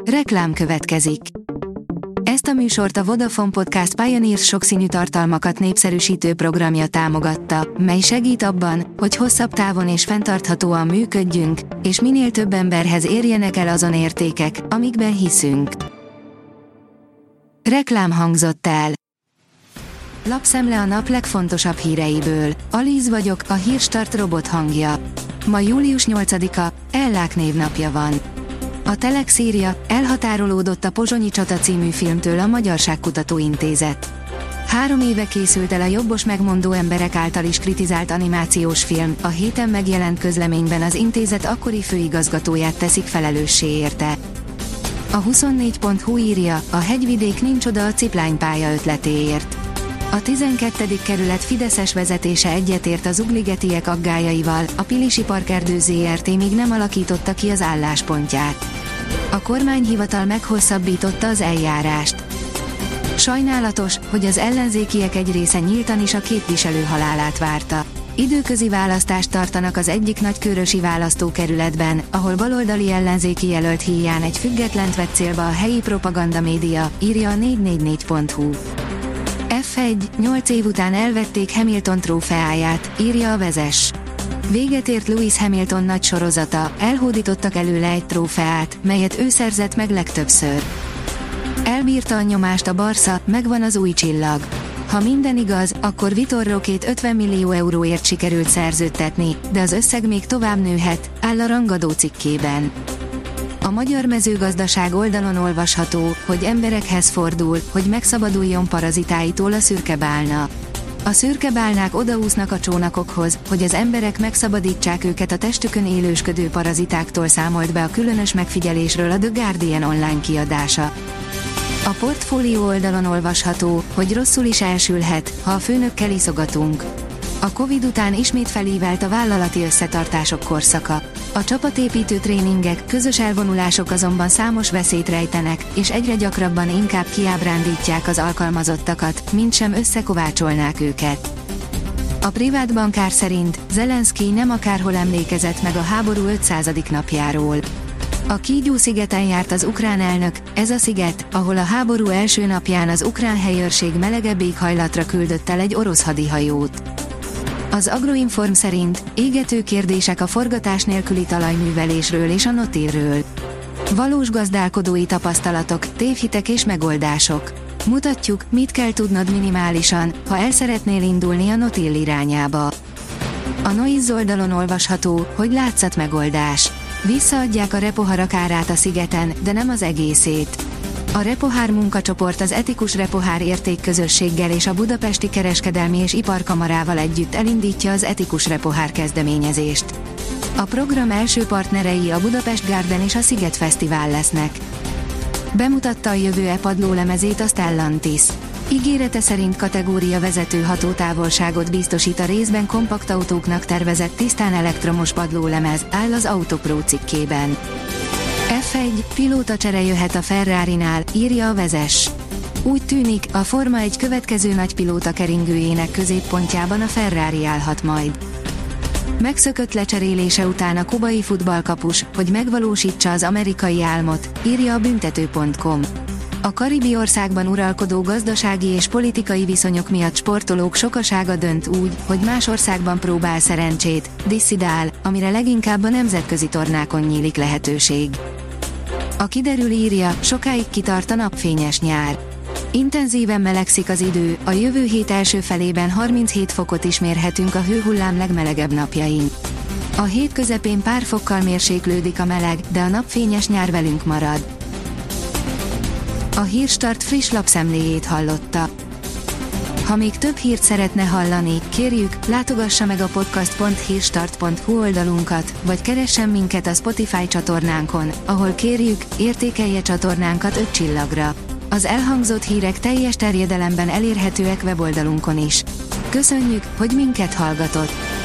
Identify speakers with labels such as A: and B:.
A: Reklám következik. Ezt a műsort a Vodafone Podcast Pioneers sokszínű tartalmakat népszerűsítő programja támogatta, mely segít abban, hogy hosszabb távon és fenntarthatóan működjünk, és minél több emberhez érjenek el azon értékek, amikben hiszünk. Reklám hangzott el. Lapszemle a nap legfontosabb híreiből. Alíz vagyok, a Hírstart robot hangja. Ma július 8-a, Ellák névnapja van. A Telex írja, elhatárolódott a Pozsonyi csata című filmtől a Magyarságkutató Intézet. 3 éve készült el a jobbos megmondó emberek által is kritizált animációs film, a héten megjelent közleményben az intézet akkori főigazgatóját teszik felelőssé érte. A 24.hu írja, a hegyvidék nincs oda a ciplánypálya ötletéért. A 12. kerület fideszes vezetése egyetért az ugligetiek aggályaival, a Pilisi Parkerdő Zrt. Még nem alakította ki az álláspontját. A kormányhivatal meghosszabbította az eljárást. Sajnálatos, hogy az ellenzékiek egy része nyíltan is a képviselő halálát várta. Időközi választást tartanak az egyik nagykőrösi választókerületben, ahol baloldali ellenzéki jelölt híján egy függetlent vett célba a helyi propagandamédia, írja a 444.hu. F1, 8 év után elvették Hamilton trófeáját, írja a Vezes. Véget ért Lewis Hamilton nagy sorozata, elhódítottak előle egy trófeát, melyet ő szerzett meg legtöbbször. Elbírta a nyomást a Barca, megvan az új csillag. Ha minden igaz, akkor Vitor Roquét 50 millió euróért sikerült szerződtetni, de az összeg még tovább nőhet, áll a Rangadó cikkében. A Magyar Mezőgazdaság oldalon olvasható, hogy emberekhez fordul, hogy megszabaduljon parazitáitól a szürkebálna. A szürkebálnák odaúsznak a csónakokhoz, hogy az emberek megszabadítsák őket a testükön élősködő parazitáktól, számolt be a különös megfigyelésről a The Guardian online kiadása. A Portfólió oldalon olvasható, hogy rosszul is elsülhet, ha a főnökkel iszogatunk. A Covid után ismét felívelt a vállalati összetartások korszaka. A csapatépítő tréningek, közös elvonulások azonban számos veszélyt rejtenek, és egyre gyakrabban inkább kiábrándítják az alkalmazottakat, mintsem összekovácsolnák őket. A privát bankár szerint Zelenszkij nem akárhol emlékezett meg a háború 500. napjáról. A Kígyú-szigeten járt az ukrán elnök, ez a sziget, ahol a háború első napján az ukrán helyőrség melegebb éghajlatra küldött el egy orosz hadihajót. Az Agroinform szerint égető kérdések a forgatás nélküli talajművelésről és a Notilről. Valós gazdálkodói tapasztalatok, tévhitek és megoldások. Mutatjuk, mit kell tudnod minimálisan, ha el szeretnél indulni a Notil irányába. A Noiz oldalon olvasható, hogy látszatmegoldás. Visszaadják a repoharak árát a szigeten, de nem az egészét. A Repohár munkacsoport az etikus Repohár értékközösséggel és a Budapesti Kereskedelmi és Iparkamarával együtt elindítja az etikus Repohár kezdeményezést. A program első partnerei a Budapest Garden és a Sziget Fesztivál lesznek. Bemutatta a jövő padlólemezét a Stellantis. Ígérete szerint kategória vezető hatótávolságot biztosít a részben kompakt autóknak tervezett tisztán elektromos padlólemez, áll az Autopro cikkében. F1, pilótacsere jöhet a Ferrarinál, írja a Vezes. Úgy tűnik, a Forma 1 következő nagy pilóta keringőjének középpontjában a Ferrari állhat majd. Megszökött lecserélése után a kubai futballkapus, hogy megvalósítsa az amerikai álmot, írja a büntető.com. A karibi országban uralkodó gazdasági és politikai viszonyok miatt sportolók sokasága dönt úgy, hogy más országban próbál szerencsét, disszidál, amire leginkább a nemzetközi tornákon nyílik lehetőség. A Kiderül írja, sokáig kitart a napfényes nyár. Intenzíven melegszik az idő, a jövő hét első felében 37 fokot is mérhetünk a hőhullám legmelegebb napjain. A hét közepén pár fokkal mérséklődik a meleg, de a napfényes nyár velünk marad. A Hírstart friss lapszemléjét hallotta. Ha még több hírt szeretne hallani, kérjük, látogassa meg a podcast.hírstart.hu oldalunkat, vagy keressen minket a Spotify csatornánkon, ahol kérjük, értékelje csatornánkat 5 csillagra. Az elhangzott hírek teljes terjedelemben elérhetőek weboldalunkon is. Köszönjük, hogy minket hallgatott!